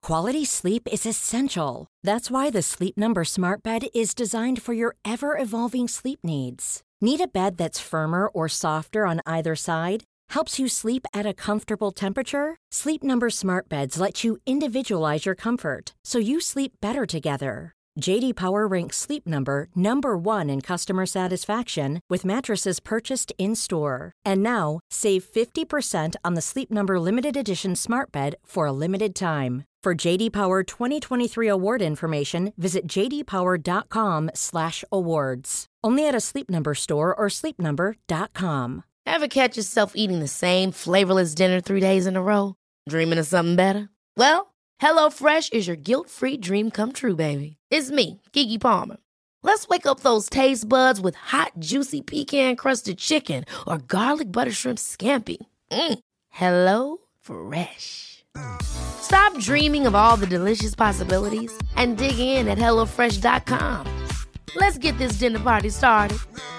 Quality sleep is essential. That's why the Sleep Number Smart Bed is designed for your ever-evolving sleep needs. Need a bed that's firmer or softer on either side? Helps you sleep at a comfortable temperature? Sleep Number Smart Beds let you individualize your comfort, so you sleep better together. J.D. Power ranks Sleep Number #1 in customer satisfaction with mattresses purchased in-store. And now, save 50% on the Sleep Number Limited Edition Smart Bed for a limited time. For J.D. Power 2023 award information, visit jdpower.com/awards. Only at a Sleep Number store or sleepnumber.com. Ever catch yourself eating the same flavorless dinner 3 days in a row? Dreaming of something better? Well, HelloFresh is your guilt-free dream come true, baby. It's me, Keke Palmer. Let's wake up those taste buds with hot, juicy pecan-crusted chicken or garlic butter shrimp scampi. Hello Fresh. Stop dreaming of all the delicious possibilities and dig in at HelloFresh.com. Let's get this dinner party started.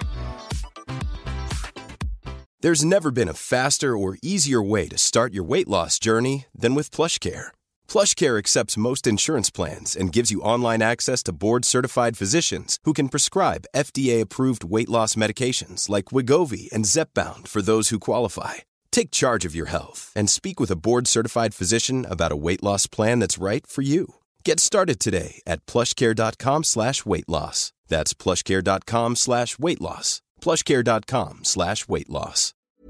There's never been a faster or easier way to start your weight loss journey than with PlushCare. PlushCare accepts most insurance plans and gives you online access to board-certified physicians who can prescribe FDA-approved weight loss medications like Wegovy and Zepbound for those who qualify. Take charge of your health and speak with a board-certified physician about a weight loss plan that's right for you. Get started today at plushcare.com/weightloss. That's plushcare.com/weightloss. plushcare.com/weightloss.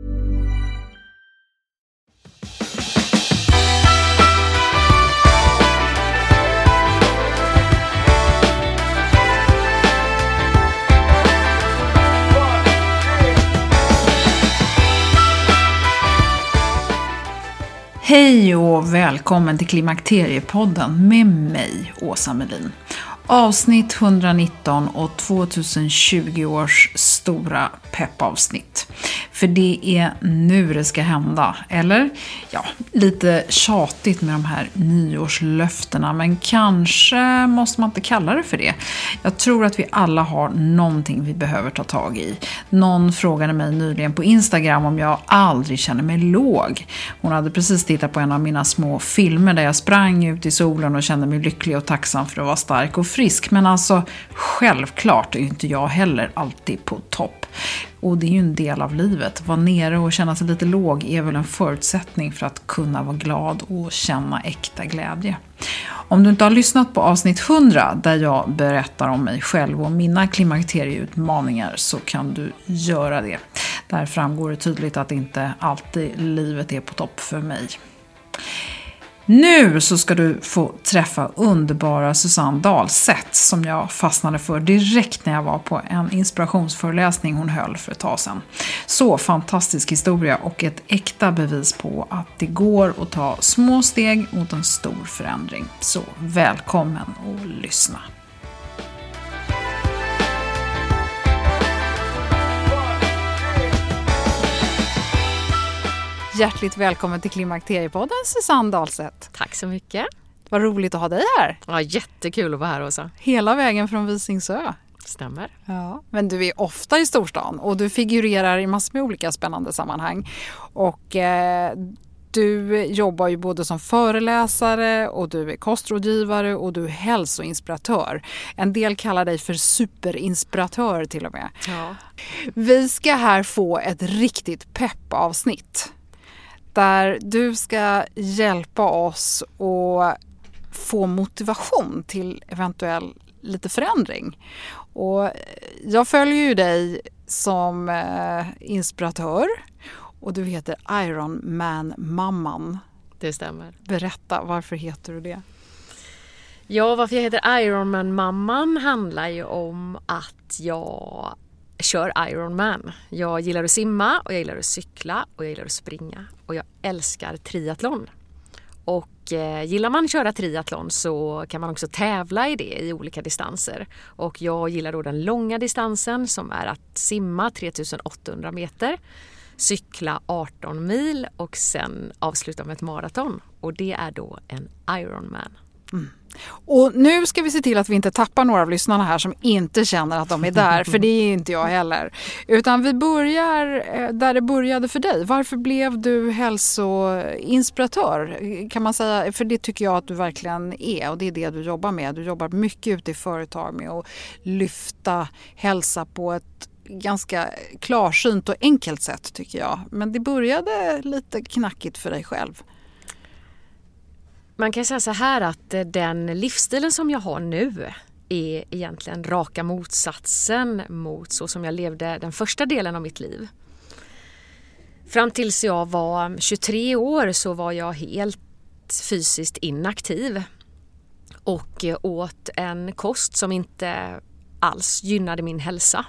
Hej och välkommen till Klimakteriepodden med mig, Åsa Melin. Avsnitt 119 och 2020 års stora peppavsnitt. För det är nu det ska hända. Eller, ja, lite tjatigt med de här nyårslöftena. Men kanske måste man inte kalla det för det. Jag tror att vi alla har någonting vi behöver ta tag i. Någon frågade mig nyligen på Instagram om jag aldrig känner mig låg. Hon hade precis tittat på en av mina små filmer där jag sprang ut i solen och kände mig lycklig och tacksam för att vara stark och frisk. Men alltså, självklart är ju inte jag heller alltid på topp. Och det är ju en del av livet. Vara nere och känna sig lite låg är väl en förutsättning för att kunna vara glad och känna äkta glädje. Om du inte har lyssnat på avsnitt 100 där jag berättar om mig själv och mina klimakterieutmaningar så kan du göra det. Där framgår det tydligt att inte alltid livet är på topp för mig. Nu så ska du få träffa underbara Susanne Dahlseth som jag fastnade för direkt när jag var på en inspirationsföreläsning hon höll för ett tag sedan. Så fantastisk historia och ett äkta bevis på att det går att ta små steg mot en stor förändring. Så välkommen och lyssna. Hjärtligt välkommen till Klimakteriepodden, Susanne Dahlseth. Tack så mycket. Vad roligt att ha dig här. Ja, jättekul att vara här också. Hela vägen från Visingsö. Stämmer. Ja, men du är ofta i storstan och du figurerar i massor med olika spännande sammanhang. Och du jobbar ju både som föreläsare och du är kostrådgivare och du är hälsoinspiratör. En del kallar dig för superinspiratör till och med. Ja. Vi ska här få ett riktigt peppavsnitt. Där du ska hjälpa oss att få motivation till eventuell lite förändring. Och jag följer ju dig som inspiratör och du heter Ironman-mamman. Det stämmer. Berätta, varför heter du det? Ja, varför jag heter Ironman-mamman handlar ju om att jag kör Ironman. Jag gillar att simma och jag gillar att cykla och jag gillar att springa. Och jag älskar triathlon. Och gillar man köra triathlon så kan man också tävla i det i olika distanser. Och jag gillar då den långa distansen som är att simma 3800 meter, cykla 18 mil och sen avsluta med ett maraton. Och det är då en Ironman. Och nu ska vi se till att vi inte tappar några av lyssnarna här som inte känner att de är där, för det är inte jag heller. Utan vi börjar där det började för dig. Varför blev du hälsoinspiratör? Kan man säga, för det tycker jag att du verkligen är, och det är det du jobbar med. Du jobbar mycket ute i företag med att lyfta hälsa på ett ganska klarsynt och enkelt sätt, tycker jag. Men det började lite knackigt för dig själv. Man kan säga så här att den livsstilen som jag har nu är egentligen raka motsatsen mot så som jag levde den första delen av mitt liv. Fram tills jag var 23 år så var jag helt fysiskt inaktiv och åt en kost som inte alls gynnade min hälsa.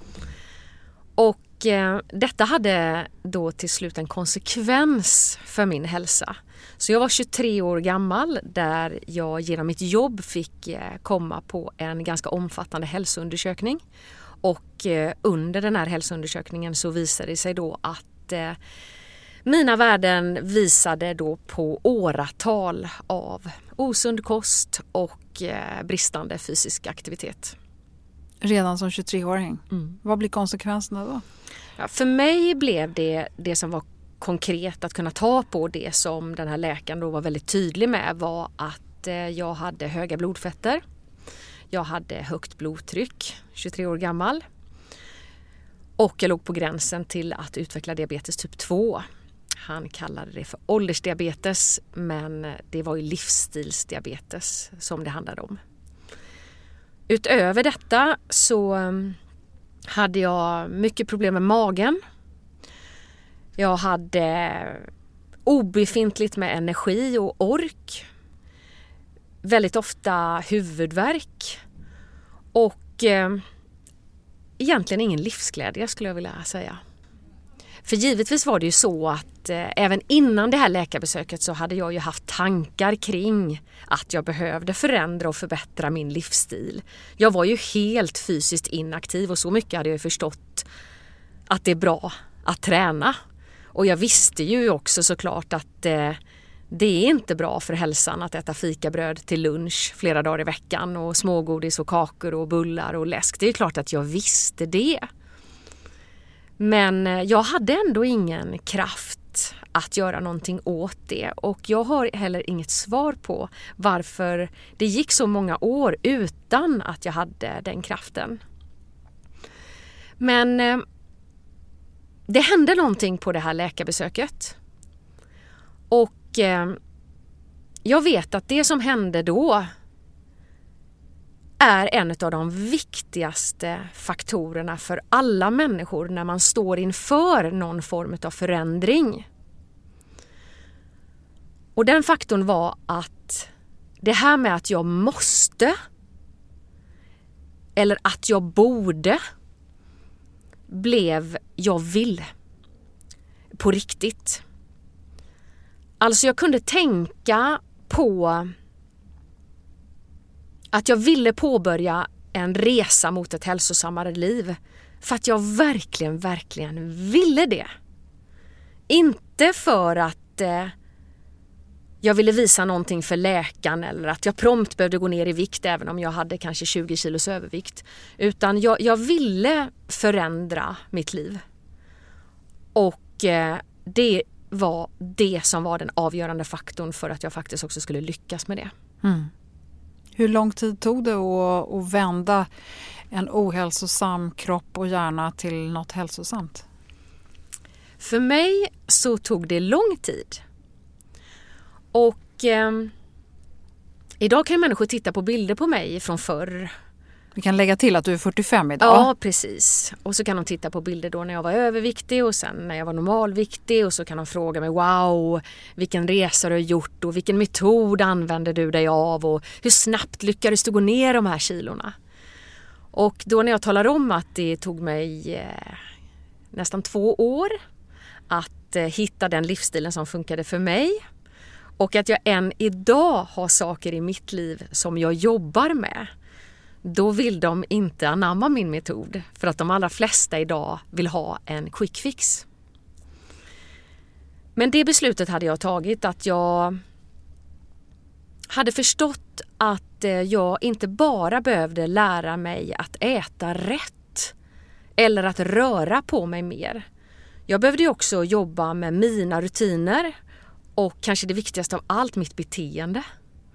Och detta hade då till slut en konsekvens för min hälsa. Så jag var 23 år gammal där jag genom mitt jobb fick komma på en ganska omfattande hälsoundersökning. Och under den här hälsoundersökningen så visade det sig då att mina värden visade då på åratal av osund kost och bristande fysisk aktivitet. Redan som 23-åring. Vad blir konsekvenserna då? Ja, för mig blev det som var konkret att kunna ta på, det som den här läkaren då var väldigt tydlig med, var att jag hade höga blodfetter. Jag hade högt blodtryck, 23 år gammal. Och jag låg på gränsen till att utveckla diabetes typ 2. Han kallade det för åldersdiabetes, men det var ju livsstilsdiabetes som det handlade om. Utöver detta så hade jag mycket problem med magen. Jag hade obefintligt med energi och ork. Väldigt ofta huvudvärk. Och egentligen ingen livsglädje, skulle jag vilja säga. För givetvis var det ju så att även innan det här läkarbesöket så hade jag ju haft tankar kring att jag behövde förändra och förbättra min livsstil. Jag var ju helt fysiskt inaktiv och så mycket hade jag förstått att det är bra att träna. Och jag visste ju också såklart att det är inte bra för hälsan att äta fikabröd till lunch flera dagar i veckan och smågodis och kakor och bullar och läsk. Det är klart att jag visste det. Men jag hade ändå ingen kraft att göra någonting åt det, och jag har heller inget svar på varför det gick så många år utan att jag hade den kraften. Men det hände någonting på det här läkarbesöket, och jag vet att det som hände då är en av de viktigaste faktorerna för alla människor när man står inför någon form av förändring. Och den faktorn var att det här med att jag måste eller att jag borde blev jag vill på riktigt. Alltså jag kunde tänka på att jag ville påbörja en resa mot ett hälsosammare liv. För att jag verkligen ville det. Inte för att jag ville visa någonting för läkaren eller att jag prompt behövde gå ner i vikt även om jag hade kanske 20 kilos övervikt. Utan jag ville förändra mitt liv. Och det var det som var den avgörande faktorn för att jag faktiskt också skulle lyckas med det. Mm. Hur lång tid tog det att vända en ohälsosam kropp och hjärna till något hälsosamt? För mig så tog det lång tid. Och idag kan människor titta på bilder på mig från förr. Vi kan lägga till att du är 45 idag. Ja, precis. Och så kan de titta på bilder då när jag var överviktig och sen när jag var normalviktig. Och så kan de fråga mig, wow, vilken resa du har gjort och vilken metod använder du dig av och hur snabbt lyckades du gå ner de här kilorna? Och då när jag talar om att det tog mig nästan 2 år att hitta den livsstilen som funkade för mig. Och att jag än idag har saker i mitt liv som jag jobbar med. Då vill de inte anamma min metod. För att de allra flesta idag vill ha en quick fix. Men det beslutet hade jag tagit, att jag hade förstått att jag inte bara behövde lära mig att äta rätt eller att röra på mig mer. Jag behövde också jobba med mina rutiner och kanske det viktigaste av allt, mitt beteende.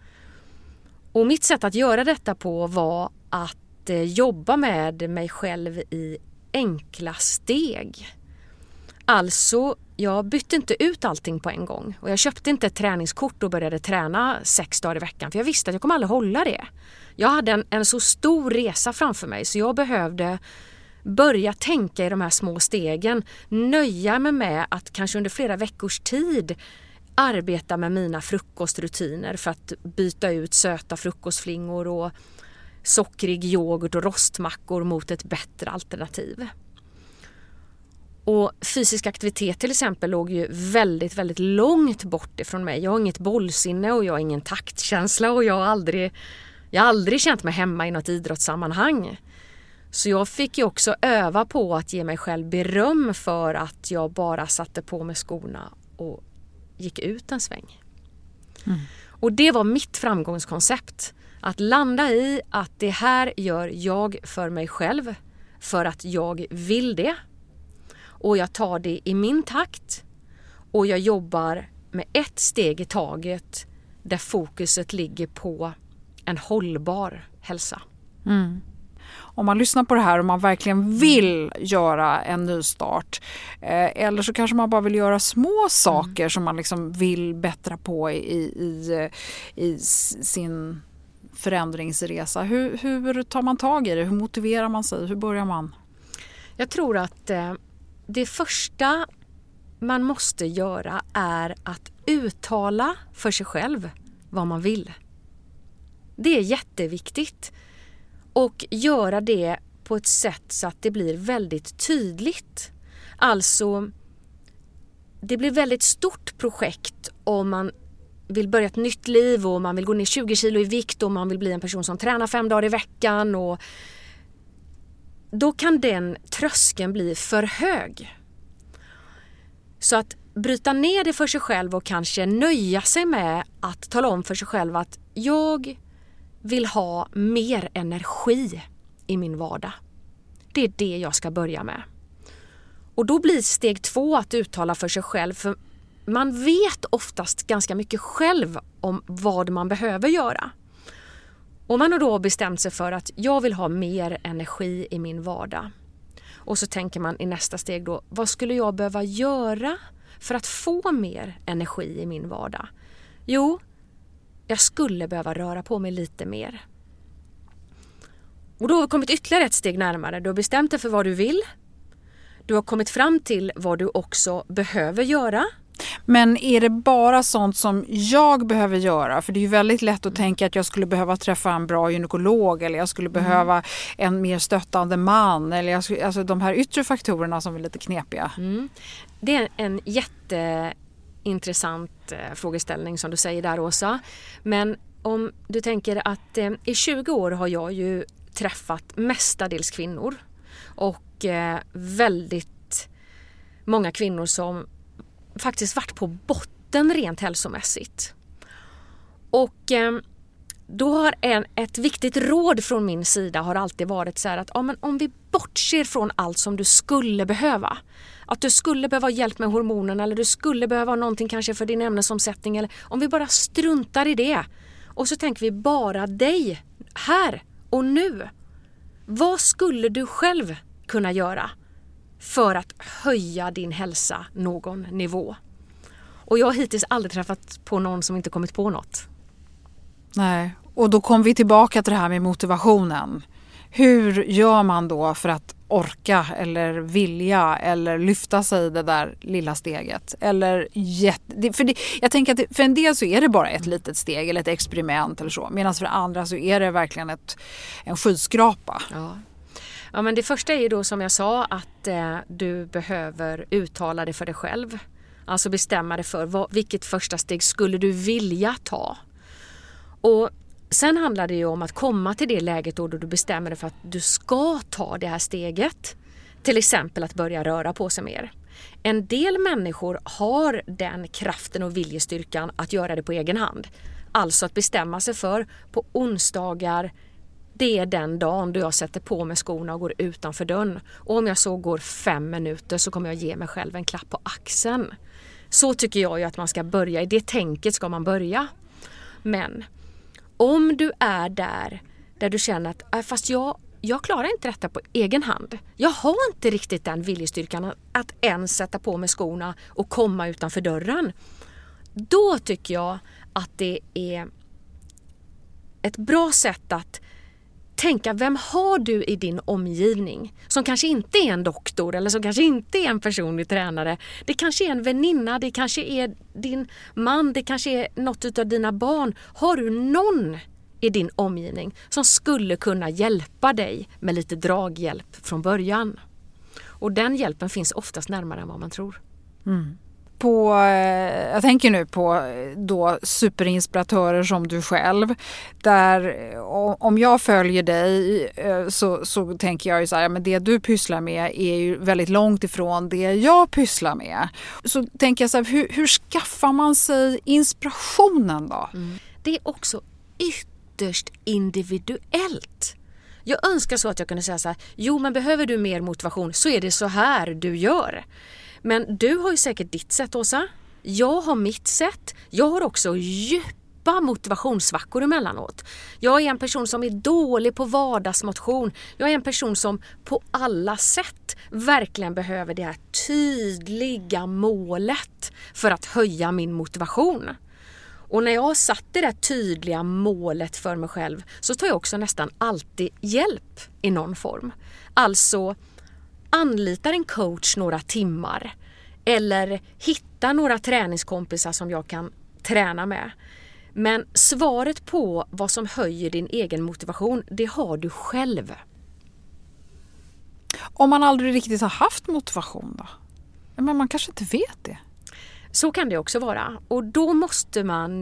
Och mitt sätt att göra detta på var att jobba med mig själv i enkla steg. Alltså, jag bytte inte ut allting på en gång. Och jag köpte inte ett träningskort och började träna 6 dagar i veckan. För jag visste att jag kommer aldrig hålla det. Jag hade en så stor resa framför mig så jag behövde börja tänka i de här små stegen. Nöja mig med att kanske under flera veckors tid arbeta med mina frukostrutiner för att byta ut söta frukostflingor och sockrig yoghurt och rostmackor mot ett bättre alternativ. Och fysisk aktivitet till exempel låg ju väldigt, väldigt långt bort ifrån mig. Jag har inget bollsinne och jag har ingen taktkänsla och jag har aldrig känt mig hemma i något idrottssammanhang. Så jag fick ju också öva på att ge mig själv beröm för att jag bara satte på mig skorna och gick ut en sväng. Och det var mitt framgångskoncept. Att landa i att det här gör jag för mig själv för att jag vill det. Och jag tar det i min takt och jag jobbar med ett steg i taget där fokuset ligger på en hållbar hälsa. Om man lyssnar på det här och man verkligen vill göra en ny start eller så kanske man bara vill göra små saker som man liksom vill bättra på i sin förändringsresa. Hur tar man tag i det? Hur motiverar man sig? Hur börjar man? Jag tror att det första man måste göra är att uttala för sig själv vad man vill. Det är jätteviktigt. Och göra det på ett sätt så att det blir väldigt tydligt. Alltså, det blir väldigt stort projekt om man vill börja ett nytt liv och man vill gå ner 20 kilo i vikt och man vill bli en person som tränar 5 dagar i veckan. Och då kan den tröskeln bli för hög. Så att bryta ner det för sig själv och kanske nöja sig med att tala om för sig själv att jag vill ha mer energi i min vardag. Det är det jag ska börja med. Och då blir steg 2 att uttala för sig själv. För man vet oftast ganska mycket själv om vad man behöver göra. Och man har då bestämt sig för att jag vill ha mer energi i min vardag. Och så tänker man i nästa steg då, vad skulle jag behöva göra för att få mer energi i min vardag? Jo, jag skulle behöva röra på mig lite mer. Och då har vi kommit ytterligare ett steg närmare. Du har bestämt dig för vad du vill. Du har kommit fram till vad du också behöver göra. Men är det bara sånt som jag behöver göra? För det är ju väldigt lätt att tänka att jag skulle behöva träffa en bra gynekolog eller jag skulle behöva en mer stöttande man. Eller alltså de här yttre faktorerna som är lite knepiga. Det är en jätteintressant frågeställning som du säger där, Åsa. Men om du tänker att i 20 år har jag ju träffat mestadels kvinnor. Och väldigt många kvinnor som faktiskt varit på botten rent hälsomässigt. Och då har ett viktigt råd från min sida har alltid varit så här att men om vi bortser från allt som du skulle behöva. Att du skulle behöva hjälp med hormonerna eller du skulle behöva någonting kanske för din ämnesomsättning. Eller om vi bara struntar i det. Och så tänker vi bara dig här och nu. Vad skulle du själv kunna göra för att höja din hälsa någon nivå? Och jag har hittills aldrig träffat på någon som inte kommit på något. Nej, och då kom vi tillbaka till det här med motivationen. Hur gör man då för att orka eller vilja eller lyfta sig det där lilla steget? Eller jag tänker att för en del så är det bara ett litet steg eller ett experiment eller så. Medan för andra så är det verkligen en skyskrapa. Ja, men det första är ju då som jag sa att du behöver uttala det för dig själv. Alltså bestämma dig för vilket första steg skulle du vilja ta. Och sen handlar det ju om att komma till det läget då du bestämmer dig för att du ska ta det här steget. Till exempel att börja röra på sig mer. En del människor har den kraften och viljestyrkan att göra det på egen hand. Alltså att bestämma sig för på onsdagar, det är den dagen då jag sätter på mig skorna och går utanför dörren. Och om jag så går 5 minuter så kommer jag ge mig själv en klapp på axeln. Så tycker jag ju att man ska börja. I det tänket ska man börja. Men om du är där du känner att fast jag klarar inte detta på egen hand. Jag har inte riktigt den viljestyrkan att ens sätta på mig skorna och komma utanför dörren. Då tycker jag att det är ett bra sätt att tänka, vem har du i din omgivning som kanske inte är en doktor eller som kanske inte är en personlig tränare. Det kanske är en väninna, det kanske är din man, det kanske är något av dina barn. Har du någon i din omgivning som skulle kunna hjälpa dig med lite draghjälp från början? Och den hjälpen finns oftast närmare än vad man tror. Jag tänker nu på då superinspiratörer som du själv, där om jag följer dig så tänker jag ju så här, men det du pysslar med är ju väldigt långt ifrån det jag pysslar med. Så tänker jag så här, hur skaffar man sig inspirationen då? Det är också ytterst individuellt. Jag önskar så att jag kunde säga så här, jo men behöver du mer motivation så är det så här du gör. Men du har ju säkert ditt sätt, Åsa. Jag har mitt sätt. Jag har också djupa motivationssvackor emellanåt. Jag är en person som är dålig på vardagsmotion. Jag är en person som på alla sätt verkligen behöver det här tydliga målet för att höja min motivation. Och när jag har satt det där tydliga målet för mig själv så tar jag också nästan alltid hjälp i någon form. Alltså anlitar en coach några timmar eller hitta några träningskompisar som jag kan träna med. Men svaret på vad som höjer din egen motivation, det har du själv. Om man aldrig riktigt har haft motivation då? Men man kanske inte vet det. Så kan det också vara. Och då måste man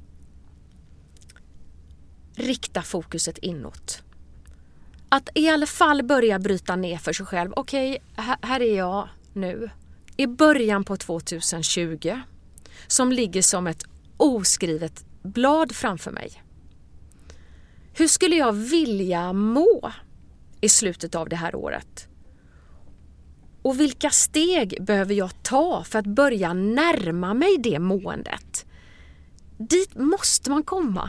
rikta fokuset inåt. Att i alla fall börja bryta ner för sig själv. Okej, här är jag nu. I början på 2020. Som ligger som ett oskrivet blad framför mig. Hur skulle jag vilja må i slutet av det här året? Och vilka steg behöver jag ta för att börja närma mig det måendet? Dit måste man komma.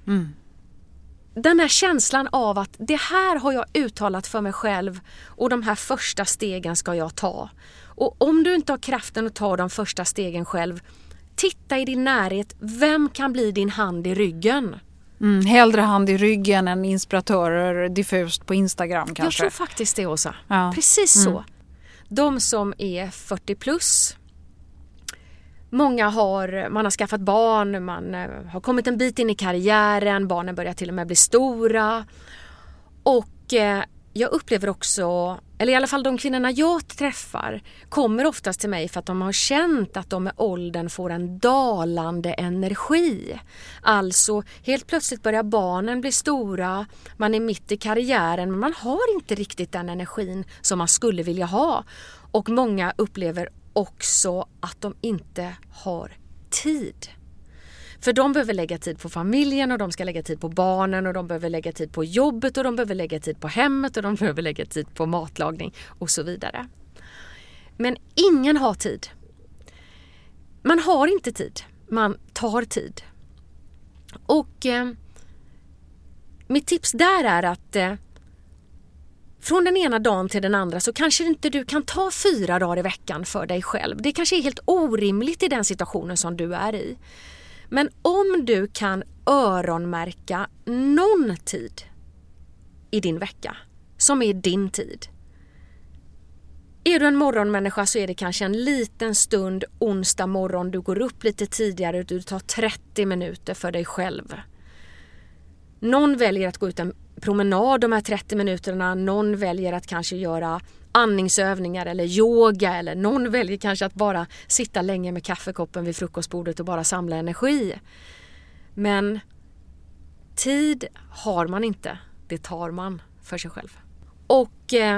Den här känslan av att det här har jag uttalat för mig själv och de här första stegen ska jag ta. Och om du inte har kraften att ta de första stegen själv, titta i din närhet. Vem kan bli din hand i ryggen? Hellre hand i ryggen än inspiratörer diffust på Instagram kanske. Jag tror faktiskt det, Åsa. Ja. Precis så. De som är 40 plus. Många man har skaffat barn, man har kommit en bit in i karriären, barnen börjar till och med bli stora. Och jag upplever också, eller i alla fall de kvinnorna jag träffar, kommer oftast till mig för att de har känt att de med åldern får en dalande energi. Alltså helt plötsligt börjar barnen bli stora, man är mitt i karriären men man har inte riktigt den energin som man skulle vilja ha. Och många upplever också att de inte har tid. För de behöver lägga tid på familjen och de ska lägga tid på barnen och de behöver lägga tid på jobbet och de behöver lägga tid på hemmet och de behöver lägga tid på matlagning och så vidare. Men ingen har tid. Man har inte tid. Man tar tid. Och mitt tips där är att från den ena dagen till den andra så kanske inte du kan ta 4 dagar i veckan för dig själv. Det kanske är helt orimligt i den situationen som du är i. Men om du kan öronmärka någon tid i din vecka som är din tid. Är du en morgonmänniska så är det kanske en liten stund onsdag morgon. Du går upp lite tidigare, du tar 30 minuter för dig själv. Någon väljer att gå ut en promenad de här 30 minuterna. Någon väljer att kanske göra andningsövningar eller yoga. Eller någon väljer kanske att bara sitta länge med kaffekoppen vid frukostbordet och bara samla energi. Men tid har man inte. Det tar man för sig själv. Och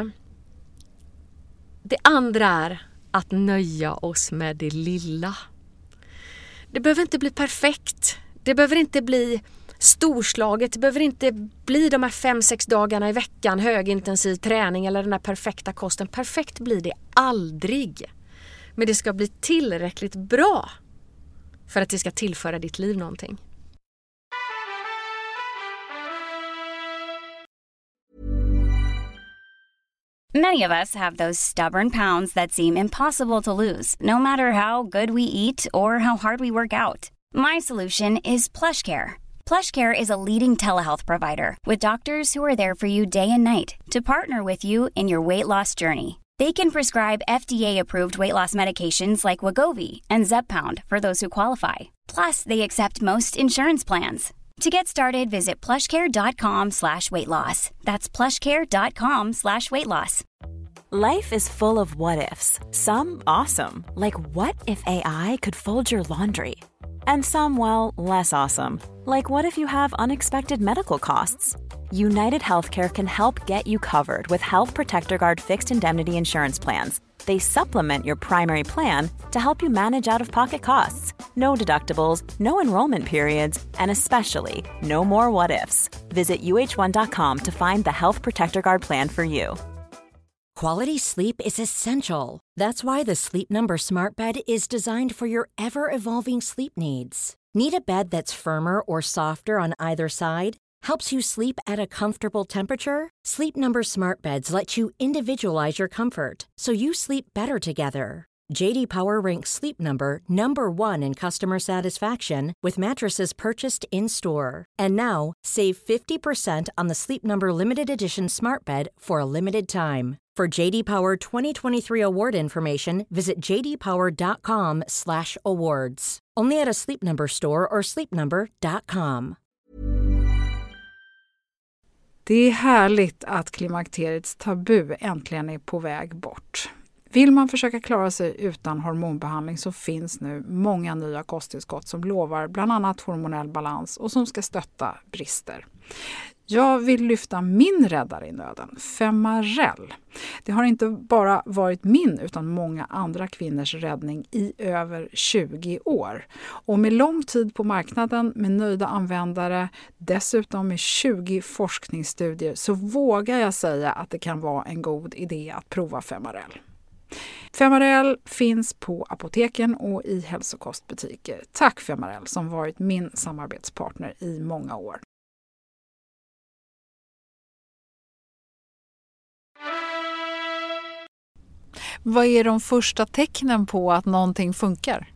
det andra är att nöja oss med det lilla. Det behöver inte bli perfekt. Det behöver inte bli storslaget, det behöver inte bli de här 5-6 dagarna i veckan högintensiv träning eller den här perfekta kosten. Perfekt blir det aldrig. Men det ska bli tillräckligt bra för att det ska tillföra ditt liv någonting. Many of us have those stubborn pounds that seem impossible to lose, no matter how good we eat or how hard we work out. My solution is PlushCare. PlushCare is a leading telehealth provider with doctors who are there for you day and night to partner with you in your weight loss journey. They can prescribe FDA-approved weight loss medications like Wegovy and Zepbound for those who qualify. Plus, they accept most insurance plans. To get started, visit plushcare.com/weightloss. That's plushcare.com/weightloss. Life is full of what-ifs. Some awesome, like what if AI could fold your laundry? And some, well, less awesome, like what if you have unexpected medical costs? United Healthcare can help get you covered with Health Protector Guard fixed indemnity insurance plans. They supplement your primary plan to help you manage out-of-pocket costs. No deductibles, no enrollment periods, and especially no more what-ifs. Visit uh1.com to find the Health Protector Guard plan for you. Quality sleep is essential. That's why the Sleep Number Smart Bed is designed for your ever-evolving sleep needs. Need a bed that's firmer or softer on either side? Helps you sleep at a comfortable temperature? Sleep Number Smart Beds let you individualize your comfort so you sleep better together. J.D. Power ranks Sleep Number #1 in customer satisfaction with mattresses purchased in-store. And now, save 50% on the Sleep Number Limited Edition Smart Bed for a limited time. For J.D. Power 2023 award information, visit jdpower.com/awards. Only at a Sleep Number store or sleepnumber.com. Det är härligt att klimakteriets tabu äntligen är på väg bort. Vill man försöka klara sig utan hormonbehandling så finns nu många nya kosttillskott som lovar bland annat hormonell balans och som ska stötta brister. Jag vill lyfta min räddare i nöden, Femarel. Det har inte bara varit min utan många andra kvinnors räddning i över 20 år. Och med lång tid på marknaden, med nöjda användare, dessutom med 20 forskningsstudier så vågar jag säga att det kan vara en god idé att prova Femarel. Femarel finns på apoteken och i hälsokostbutiker. Tack Femarel som varit min samarbetspartner i många år. Vad är de första tecknen på att någonting funkar?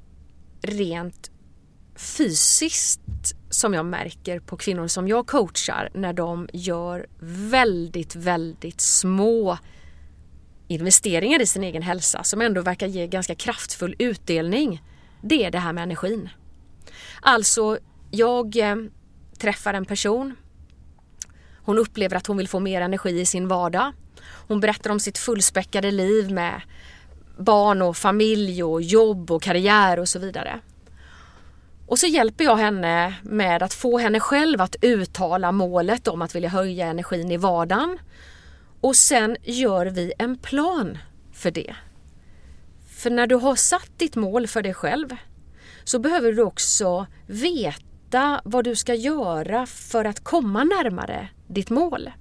Rent fysiskt som jag märker på kvinnor som jag coachar när de gör väldigt, väldigt små investeringar i sin egen hälsa som ändå verkar ge ganska kraftfull utdelning, det är det här med energin. Alltså, jag träffar en person. Hon upplever att hon vill få mer energi i sin vardag. Hon berättar om sitt fullspäckade liv med barn och familj och jobb och karriär och så vidare. Och så hjälper jag henne med att få henne själv att uttala målet om att vilja höja energin i vardagen. Och sen gör vi en plan för det. För när du har satt ditt mål för dig själv så behöver du också veta vad du ska göra för att komma närmare ditt mål.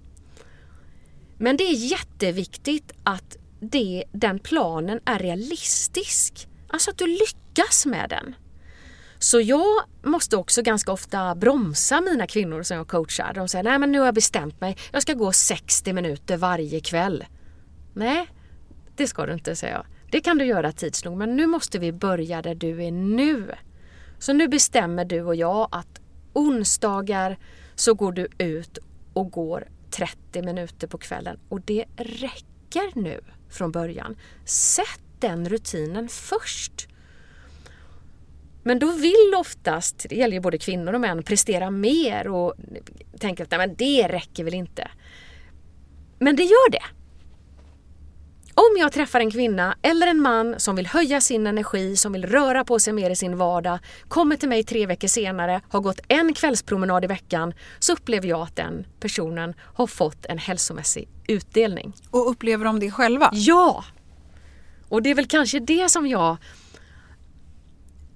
Men det är jätteviktigt att den planen är realistisk. Alltså att du lyckas med den. Så jag måste också ganska ofta bromsa mina kvinnor som jag coachar. De säger, nej men nu har jag bestämt mig. Jag ska gå 60 minuter varje kväll. Nej, det ska du inte, säger jag. Det kan du göra tids nog, men nu måste vi börja där du är nu. Så nu bestämmer du och jag att onsdagar så går du ut och går 30 minuter på kvällen. Och det räcker nu från början. Sätt den rutinen först. Men då vill oftast, det gäller ju både kvinnor och män, prestera mer och tänka att nej, men det räcker väl inte. Men det gör det. Om jag träffar en kvinna eller en man som vill höja sin energi, som vill röra på sig mer i sin vardag, kommer till mig 3 veckor senare, har gått en kvällspromenad i veckan, så upplever jag att den personen har fått en hälsomässig utdelning. Och upplever de det själva? Ja! Och det är väl kanske det som jag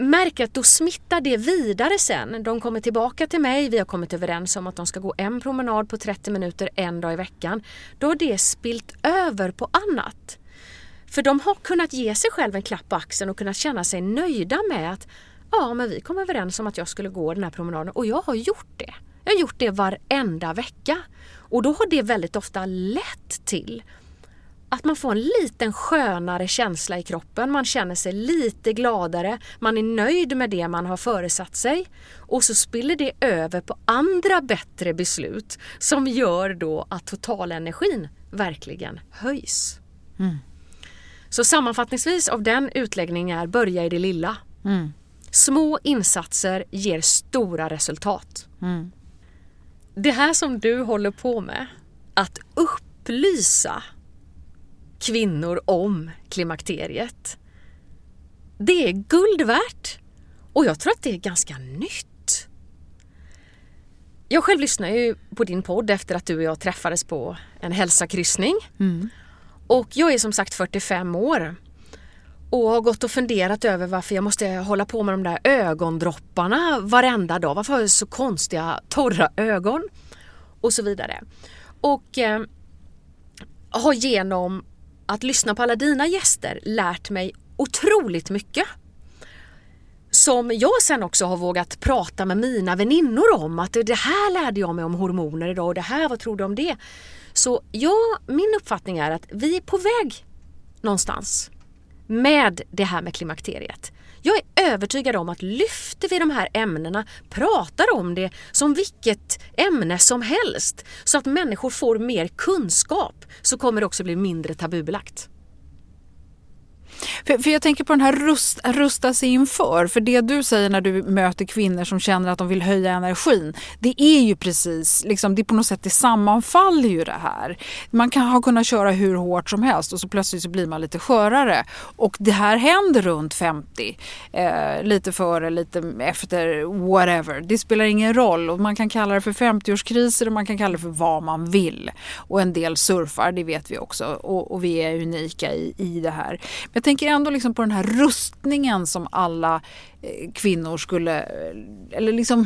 märker att då smittar det vidare sen. De kommer tillbaka till mig, vi har kommit överens om att de ska gå en promenad på 30 minuter en dag i veckan. Då har det spilt över på annat. För de har kunnat ge sig själv en klapp på axeln och kunnat känna sig nöjda med att ja, men vi kom överens om att jag skulle gå den här promenaden och jag har gjort det. Jag har gjort det varenda vecka. Och då har det väldigt ofta lett till att man får en liten skönare känsla i kroppen. Man känner sig lite gladare. Man är nöjd med det man har föresatt sig. Och så spiller det över på andra bättre beslut som gör då att totalenergin verkligen höjs. Så sammanfattningsvis av den utläggningen är börja i det lilla. Små insatser ger stora resultat. Det här som du håller på med, att upplysa kvinnor om klimakteriet, det är guld värt. Och jag tror att det är ganska nytt. Jag själv lyssnar ju på din podd efter att du och jag träffades på en hälsakryssning. Och jag är som sagt 45 år. Och har gått och funderat över varför jag måste hålla på med de där ögondropparna varenda dag. Varför har jag så konstiga torra ögon? Och så vidare. Och har genom att lyssna på alla dina gäster lärt mig otroligt mycket. Som jag sen också har vågat prata med mina väninnor om. Att det här lärde jag mig om hormoner idag och det här, vad tror du om det? Så min uppfattning är att vi är på väg någonstans med det här med klimakteriet. Jag är övertygad om att lyfter vi de här ämnena, pratar om det som vilket ämne som helst så att människor får mer kunskap, så kommer det också bli mindre tabubelagt. För jag tänker på den här rusta sig inför. För det du säger när du möter kvinnor som känner att de vill höja energin, det är ju precis, liksom, det är på något sätt, det sammanfaller ju det här. Man kan ha kunnat köra hur hårt som helst och så plötsligt så blir man lite skörare. Och det här händer runt 50. Lite före, lite efter, whatever. Det spelar ingen roll. Och man kan kalla det för 50-årskriser och man kan kalla det för vad man vill. Och en del surfar, det vet vi också. Och vi är unika i det här. Men jag tänker ändå liksom på den här rustningen som alla kvinnor skulle, eller liksom,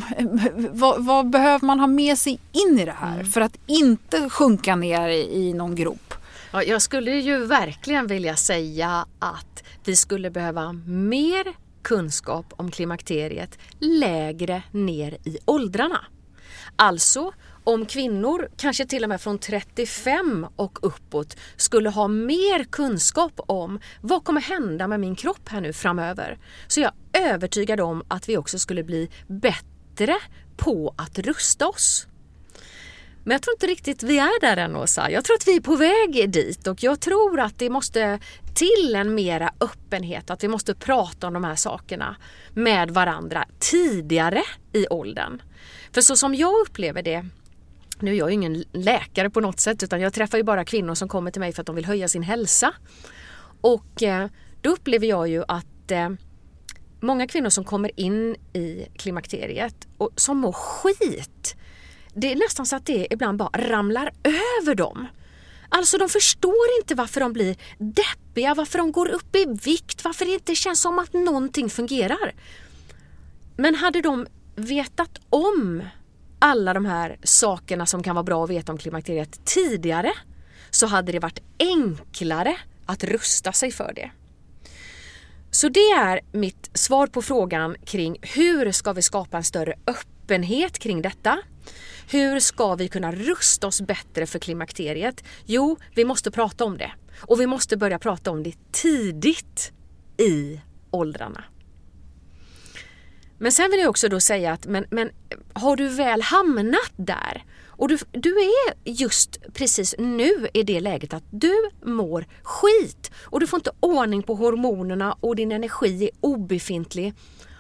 vad behöver man ha med sig in i det här för att inte sjunka ner i någon grop? Ja, jag skulle ju verkligen vilja säga att vi skulle behöva mer kunskap om klimakteriet lägre ner i åldrarna. Alltså om kvinnor, kanske till och med från 35 och uppåt, skulle ha mer kunskap om vad kommer hända med min kropp här nu framöver, så jag är övertygad om att vi också skulle bli bättre på att rusta oss. Men jag tror inte riktigt vi är där än, Åsa. Jag tror att vi är på väg dit och jag tror att det måste till en mera öppenhet, att vi måste prata om de här sakerna med varandra tidigare i åldern. För så som jag upplever det, nu är jag ju ingen läkare på något sätt, utan jag träffar ju bara kvinnor som kommer till mig för att de vill höja sin hälsa. Och då upplever jag ju att många kvinnor som kommer in i klimakteriet och som mår skit, det är nästan så att det ibland bara ramlar över dem. Alltså de förstår inte varför de blir deppiga, varför de går upp i vikt, varför det inte känns som att någonting fungerar. Men hade de vetat om alla de här sakerna som kan vara bra att veta om klimakteriet tidigare, så hade det varit enklare att rusta sig för det. Så det är mitt svar på frågan kring hur ska vi skapa en större öppenhet kring detta. Hur ska vi kunna rusta oss bättre för klimakteriet? Jo, vi måste prata om det. Och vi måste börja prata om det tidigt i åldrarna. Men sen vill jag också då säga att men har du väl hamnat där och du är just precis nu i det läget att du mår skit och du får inte ordning på hormonerna och din energi är obefintlig,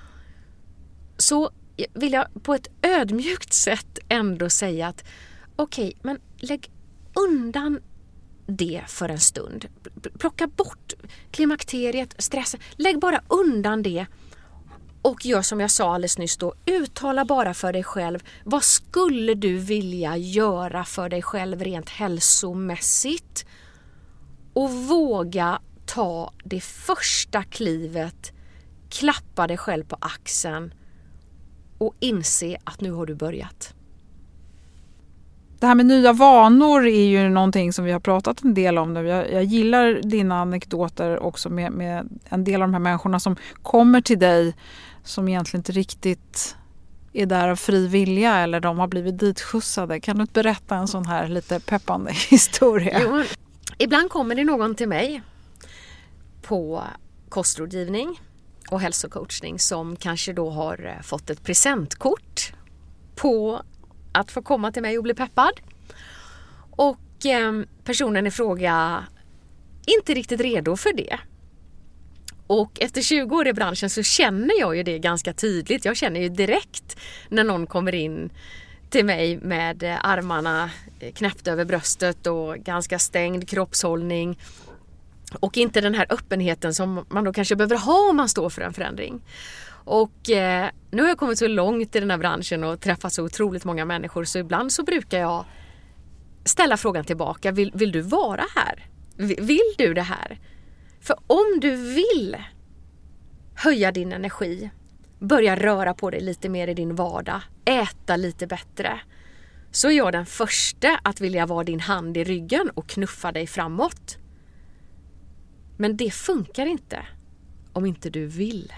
så vill jag på ett ödmjukt sätt ändå säga att okej, men lägg undan det för en stund. Plocka bort klimakteriet, stressen. Lägg bara undan det. Och gör som jag sa alldeles nyss då, uttala bara för dig själv, vad skulle du vilja göra för dig själv rent hälsomässigt? Och våga ta det första klivet klappa dig själv på axeln och inse att nu har du börjat. Det här med nya vanor är ju någonting som vi har pratat en del om nu. Jag gillar dina anekdoter också med en del av de här människorna som kommer till dig som egentligen inte riktigt är där av fri vilja eller de har blivit ditskjutsade. Kan du inte berätta en sån här lite peppande historia? Jo, ibland kommer det någon till mig på kostrådgivning och hälsocoachning som kanske då har fått ett presentkort på att få komma till mig och bli peppad. Och personen i fråga inte riktigt redo för det. Och efter 20 år i branschen så känner jag ju det ganska tydligt. Jag känner ju direkt när någon kommer in till mig med armarna knäppt över bröstet och ganska stängd kroppshållning. Och inte den här öppenheten som man då kanske behöver ha om man står för en förändring. Och nu har jag kommit så långt i den här branschen och träffat så otroligt många människor så ibland så brukar jag ställa frågan tillbaka. Vill du vara här? Vill du det här? För om du vill höja din energi, börja röra på dig lite mer i din vardag, äta lite bättre, så är jag den första att vilja vara din hand i ryggen och knuffa dig framåt. Men det funkar inte om inte du vill.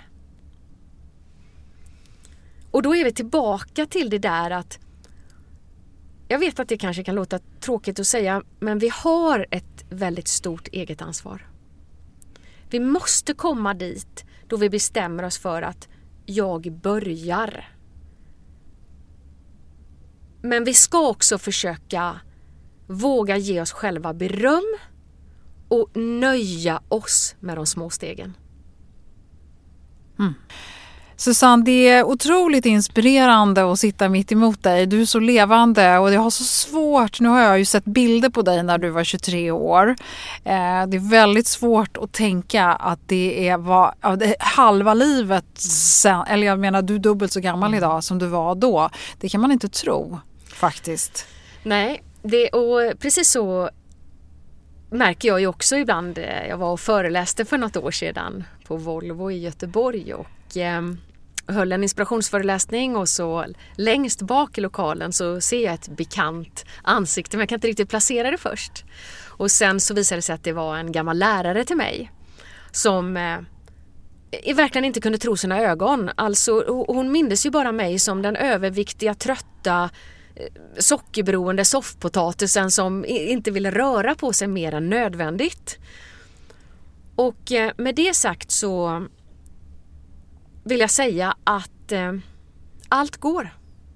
Och då är vi tillbaka till det där att jag vet att det kanske kan låta tråkigt att säga, men vi har ett väldigt stort eget ansvar. Vi måste komma dit då vi bestämmer oss för att jag börjar. Men vi ska också försöka våga ge oss själva beröm och nöja oss med de små stegen. Susanne, det är otroligt inspirerande att sitta mitt emot dig. Du är så levande och jag har så svårt. Nu har jag ju sett bilder på dig när du var 23 år. Det är väldigt svårt att tänka att det är halva livet sen. Eller jag menar, du är dubbelt så gammal idag som du var då. Det kan man inte tro faktiskt. Nej, och precis så märker jag ju också ibland. Jag var och föreläste för något år sedan på Volvo i Göteborg och höll en inspirationsföreläsning och så längst bak i lokalen så ser jag ett bekant ansikte men jag kan inte riktigt placera det först. Och sen så visade det sig att det var en gammal lärare till mig som verkligen inte kunde tro sina ögon. Alltså, hon mindes ju bara mig som den överviktiga, trötta, sockerberoende soffpotatisen som inte ville röra på sig mer än nödvändigt. Och med det sagt så vill jag säga att allt går.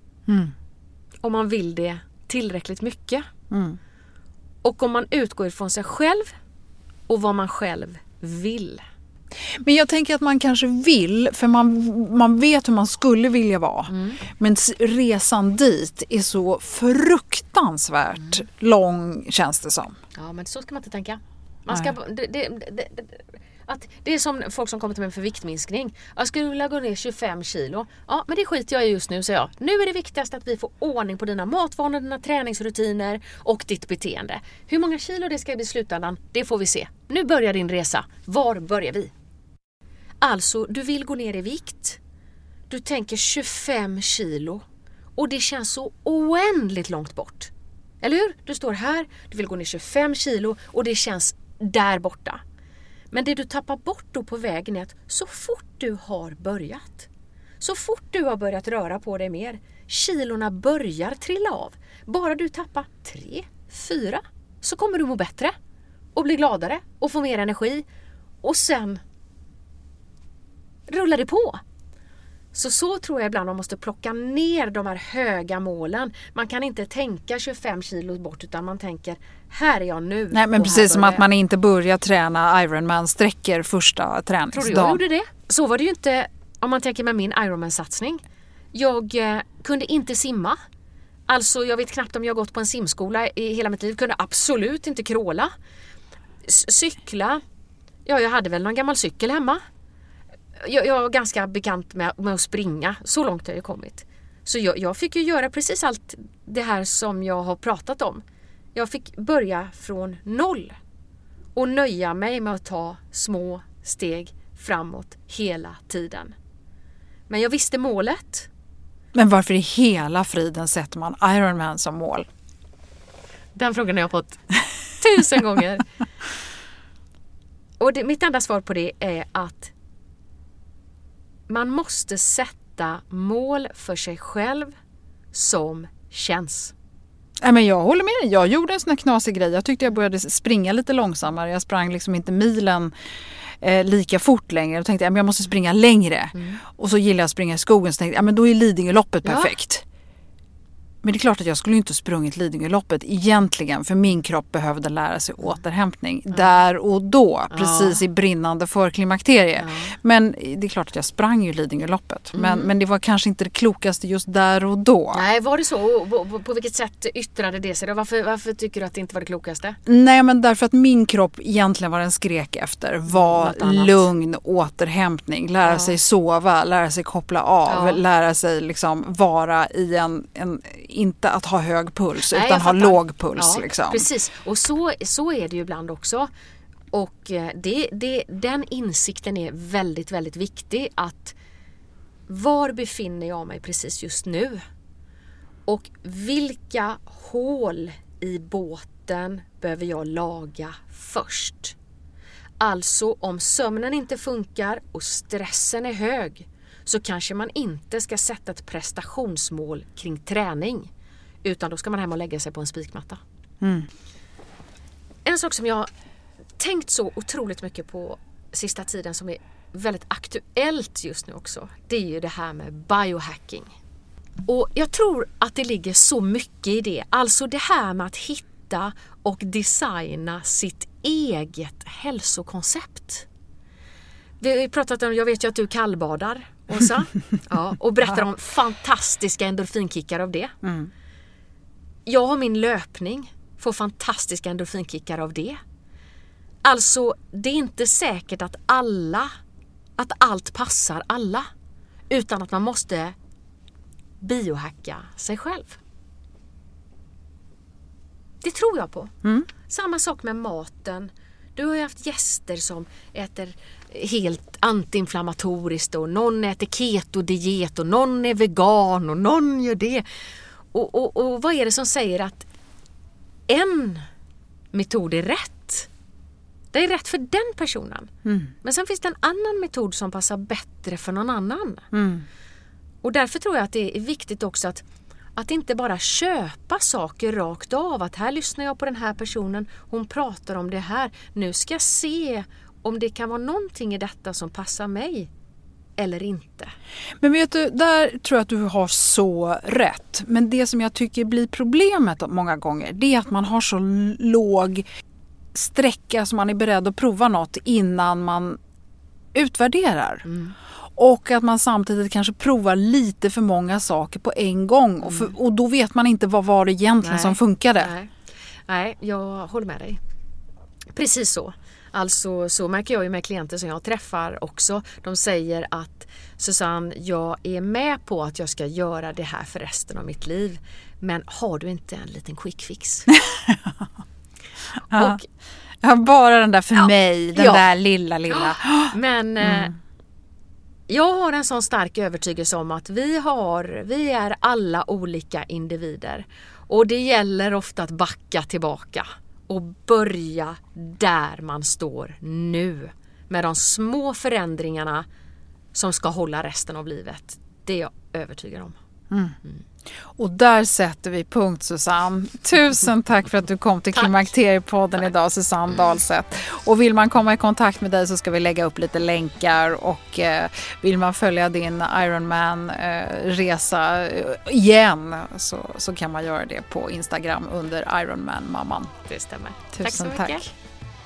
Om man vill det tillräckligt mycket. Och om man utgår ifrån sig själv och vad man själv vill. Men jag tänker att man kanske vill, för man vet hur man skulle vilja vara. Men resan dit är så fruktansvärt lång, känns det som. Ja, men så ska man inte tänka. Man ska, det är som folk som kommer till mig för viktminskning. Jag skulle vilja gå ner 25 kilo. Ja, men det skiter jag i just nu, säger jag. Nu är det viktigast att vi får ordning på dina matvanor, dina träningsrutiner och ditt beteende. Hur många kilo det ska bli i slutändan, det får vi se. Nu börjar din resa. Var börjar vi? Alltså, du vill gå ner i vikt. Du tänker 25 kilo. Och det känns så oändligt långt bort. Eller hur? Du står här, du vill gå ner 25 kilo och det känns där borta. Men det du tappar bort då på vägen är att så fort du har börjat, så fort du har börjat röra på dig mer, kilorna börjar trilla av. Bara du tappar 3, 4 så kommer du må bättre och bli gladare och få mer energi och sen rullar det på. Så tror jag ibland man måste plocka ner de här höga målen. Man kan inte tänka 25 kilo bort utan man tänker, här är jag nu. Nej, men precis som att man inte börjar träna Ironman-sträckor första träningsdagen. Tror du jag gjorde det? Så var det ju inte om man tänker med min Ironman-satsning. Jag kunde inte simma. Alltså jag vet knappt om jag gått på en simskola i hela mitt liv. Kunde absolut inte kråla. Cykla. Ja, jag hade väl någon gammal cykel hemma. Jag var ganska bekant med att springa. Så långt har jag kommit. Så jag fick ju göra precis allt det här som jag har pratat om. Jag fick börja från 0. Och nöja mig med att ta små steg framåt hela tiden. Men jag visste målet. Men varför i hela friden sätter man Ironman som mål? Den frågan har jag fått 1000 gånger. Och mitt enda svar på det är att man måste sätta mål för sig själv som känns. Men jag håller med dig. Jag gjorde en sån här knasig grej. Jag tyckte jag började springa lite långsammare. Jag sprang liksom inte milen lika fort längre. Jag tänkte jag måste springa längre. Och så gillar jag att springa i skogen. Så tänkte men då är Lidingöloppet perfekt. Men det är klart att jag skulle inte sprungit Lidingöloppet egentligen, för min kropp behövde lära sig återhämtning där och då, precis i brinnande förklimakterie. Men det är klart att jag sprang ju Lidingöloppet. Men det var kanske inte det klokaste just där och då. Nej, var det så? På vilket sätt yttrade det sig då? Varför tycker du att det inte var det klokaste? Nej, men därför att min kropp egentligen var en skrek efter var lugn återhämtning. Lära sig sova, lära sig koppla av, lära sig liksom vara i en inte att ha hög puls utan ha låg puls. Liksom. Precis, och så är det ju ibland också. Och den insikten är väldigt, väldigt viktig. Att var befinner jag mig precis just nu? Och vilka hål i båten behöver jag laga först? Alltså om sömnen inte funkar och stressen är hög, så kanske man inte ska sätta ett prestationsmål kring träning, utan då ska man hem och lägga sig på en spikmatta. En sak som jag tänkt så otroligt mycket på sista tiden, som är väldigt aktuellt just nu också, det är ju det här med biohacking. Och jag tror att det ligger så mycket i det. Alltså det här med att hitta och designa sitt eget hälsokoncept. Vi har pratat om, jag vet ju att du kallbadar, Åsa, och berättar om fantastiska endorfinkickar av det. Jag har min löpning, får fantastiska endorfinkickar av det. Alltså det är inte säkert att allt passar alla, utan att man måste biohacka sig själv. Det tror jag på. Samma sak med maten. Du har ju haft gäster som äter helt antiinflammatoriskt, och någon äter keto-diet och någon är vegan och någon gör det. Och vad är det som säger att en metod är rätt? Det är rätt för den personen. Men sen finns det en annan metod som passar bättre för någon annan. Och därför tror jag att det är viktigt också att inte bara köpa saker rakt av. Att här lyssnar jag på den här personen, hon pratar om det här. Nu ska jag se om det kan vara någonting i detta som passar mig eller inte. Men vet du, där tror jag att du har så rätt. Men det som jag tycker blir problemet många gånger, det är att man har så låg sträcka som man är beredd att prova något innan man utvärderar. Och att man samtidigt kanske provar lite för många saker på en gång. Och då vet man inte vad var det egentligen som funkade. Nej, jag håller med dig. Precis så. Alltså så märker jag ju med klienter som jag träffar också. De säger att Susanne, jag är med på att jag ska göra det här för resten av mitt liv. Men har du inte en liten quick fix? Och, bara den där för mig, den där lilla. Men jag har en sån stark övertygelse om att vi är alla olika individer. Och det gäller ofta att backa tillbaka och börja där man står nu. Med de små förändringarna som ska hålla resten av livet. Det är jag övertygad om. Och där sätter vi punkt, Susanne. Tusen tack för att du kom till Klimakteriepodden idag, Susanne Dahlseth. Och vill man komma i kontakt med dig så ska vi lägga upp lite länkar. Och vill man följa din Ironman-resa igen så kan man göra det på Instagram under Ironman-mamman. Det stämmer. Tusen tack så mycket. Tack.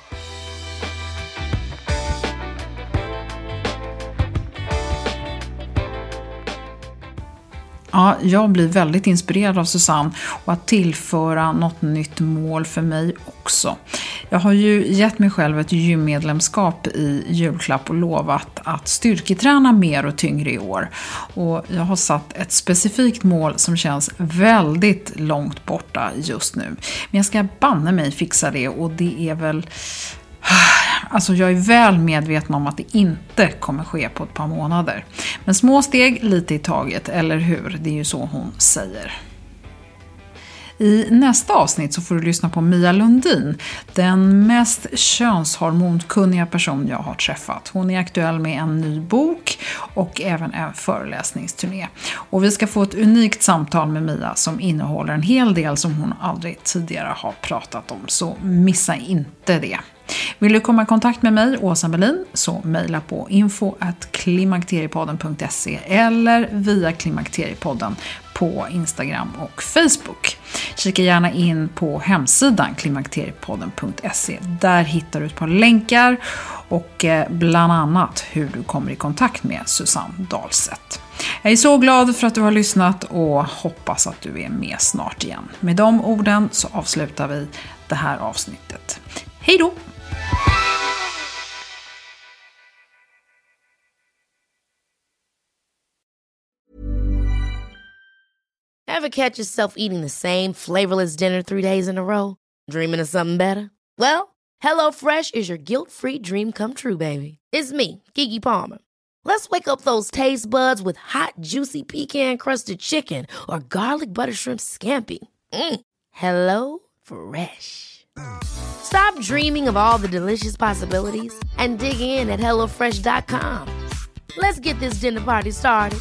Ja, jag blir väldigt inspirerad av Susanne och att tillföra något nytt mål för mig också. Jag har ju gett mig själv ett gymmedlemskap i julklapp och lovat att styrketräna mer och tyngre i år. Och jag har satt ett specifikt mål som känns väldigt långt borta just nu. Men jag ska banne mig fixa det, och det är väl Alltså jag är väl medveten om att det inte kommer ske på ett par månader. Men små steg, lite i taget, eller hur? Det är ju så hon säger. I nästa avsnitt så får du lyssna på Mia Lundin, den mest könshormonkunniga person jag har träffat. Hon är aktuell med en ny bok och även en föreläsningsturné. Och vi ska få ett unikt samtal med Mia som innehåller en hel del som hon aldrig tidigare har pratat om. Så missa inte det. Vill du komma i kontakt med mig, Åsa Melin, så mejla på info@klimakteriepodden.se eller via Klimakteriepodden på Instagram och Facebook. Kika gärna in på hemsidan klimakteriepodden.se. Där hittar du ett par länkar och bland annat hur du kommer i kontakt med Susanne Dahlseth. Jag är så glad för att du har lyssnat och hoppas att du är med snart igen. Med de orden så avslutar vi det här avsnittet. Hej då! Ever catch yourself eating the same flavorless dinner 3 days in a row? Dreaming of something better? Well, HelloFresh is your guilt-free dream come true, baby. It's me, Keke Palmer. Let's wake up those taste buds with hot, juicy pecan-crusted chicken or garlic butter shrimp scampi. Hello Fresh. Stop dreaming of all the delicious possibilities and dig in at HelloFresh.com. Let's get this dinner party started.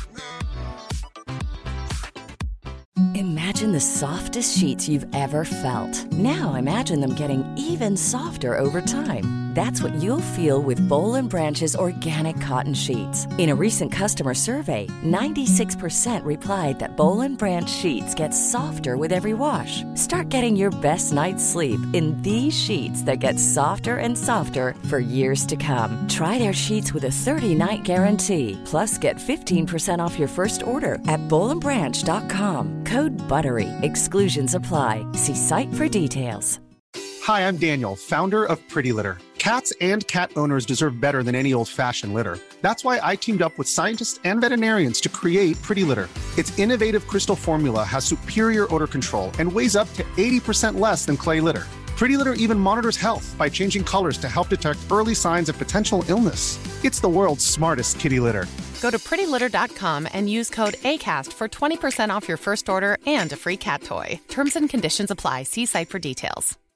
Imagine the softest sheets you've ever felt. Now imagine them getting even softer over time. That's what you'll feel with Boll & Branch's organic cotton sheets. In a recent customer survey, 96% replied that Boll & Branch sheets get softer with every wash. Start getting your best night's sleep in these sheets that get softer and softer for years to come. Try their sheets with a 30-night guarantee. Plus, get 15% off your first order at bollandbranch.com. Code BUTTERY. Exclusions apply. See site for details. Hi, I'm Daniel, founder of Pretty Litter. Cats and cat owners deserve better than any old-fashioned litter. That's why I teamed up with scientists and veterinarians to create Pretty Litter. Its innovative crystal formula has superior odor control and weighs up to 80% less than clay litter. Pretty Litter even monitors health by changing colors to help detect early signs of potential illness. It's the world's smartest kitty litter. Go to prettylitter.com and use code ACAST for 20% off your first order and a free cat toy. Terms and conditions apply. See site for details.